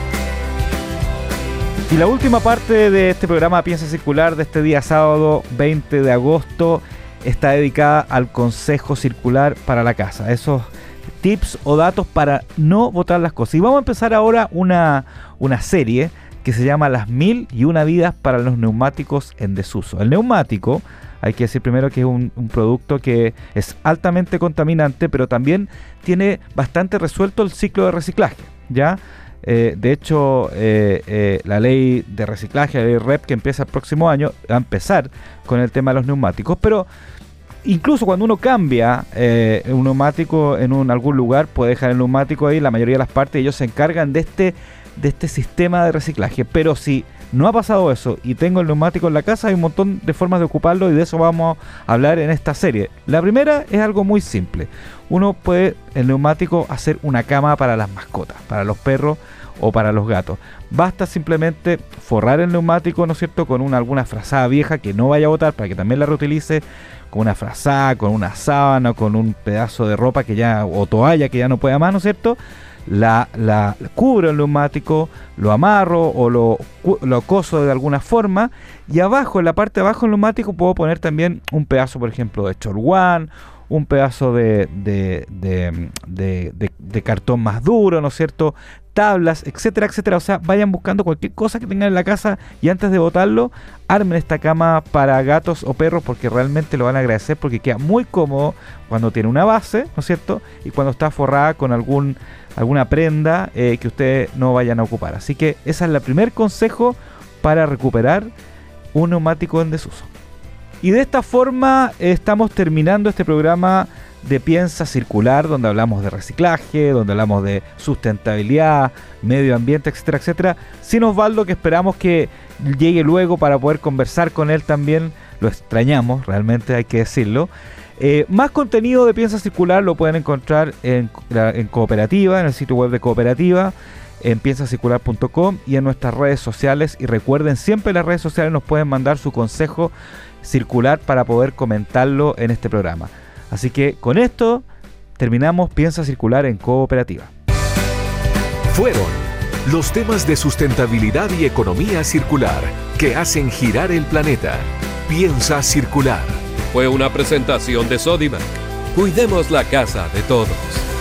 Y la última parte de este programa Piensa Circular de este día sábado veinte de agosto está dedicada al consejo circular para la casa, esos tips o datos para no botar las cosas. Y vamos a empezar ahora una, una serie que se llama Las mil y una vidas para los neumáticos en desuso. El neumático, hay que decir primero que es un, un producto que es altamente contaminante, pero también tiene bastante resuelto el ciclo de reciclaje, ¿ya? Eh, de hecho, eh, eh, la ley de reciclaje, la ley R E P, que empieza el próximo año, va a empezar con el tema de los neumáticos, pero incluso cuando uno cambia eh, un neumático en un, algún lugar, puede dejar el neumático ahí, la mayoría de las partes ellos se encargan de este, de este sistema de reciclaje. Pero si no ha pasado eso y tengo el neumático en la casa, hay un montón de formas de ocuparlo, y de eso vamos a hablar en esta serie. La primera es algo muy simple. Uno puede, el neumático, hacer una cama para las mascotas, para los perros o para los gatos. Basta simplemente forrar el neumático, ¿no es cierto?, con una, alguna frazada vieja que no vaya a botar para que también la reutilice, con una frazada, con una sábana, con un pedazo de ropa que ya, o toalla que ya no pueda más, ¿no es cierto? La, la cubro el neumático, lo amarro o lo, lo coso de alguna forma, y abajo, en la parte de abajo del neumático, puedo poner también un pedazo, por ejemplo, de chorguán, un pedazo de, de, de, de, de, de cartón más duro, ¿no es cierto?, tablas, etcétera, etcétera. O sea, vayan buscando cualquier cosa que tengan en la casa y antes de botarlo, armen esta cama para gatos o perros, porque realmente lo van a agradecer, porque queda muy cómodo cuando tiene una base, ¿no es cierto?, y cuando está forrada con algún alguna prenda eh, que ustedes no vayan a ocupar. Así que ese es el primer consejo para recuperar un neumático en desuso. Y de esta forma eh, estamos terminando este programa de Piensa Circular, donde hablamos de reciclaje, donde hablamos de sustentabilidad, medio ambiente, etcétera, etcétera. Sin Osvaldo, que esperamos que llegue luego para poder conversar con él también. Lo extrañamos, realmente hay que decirlo. Eh, más contenido de Piensa Circular lo pueden encontrar en, en Cooperativa, en el sitio web de Cooperativa, en piensa circular punto com y en nuestras redes sociales. Y recuerden, siempre en las redes sociales nos pueden mandar su consejo circular para poder comentarlo en este programa. Así que con esto terminamos Piensa Circular en Cooperativa. Fueron los temas de sustentabilidad y economía circular que hacen girar el planeta. Piensa Circular. Fue una presentación de Sodimac. Cuidemos la casa de todos.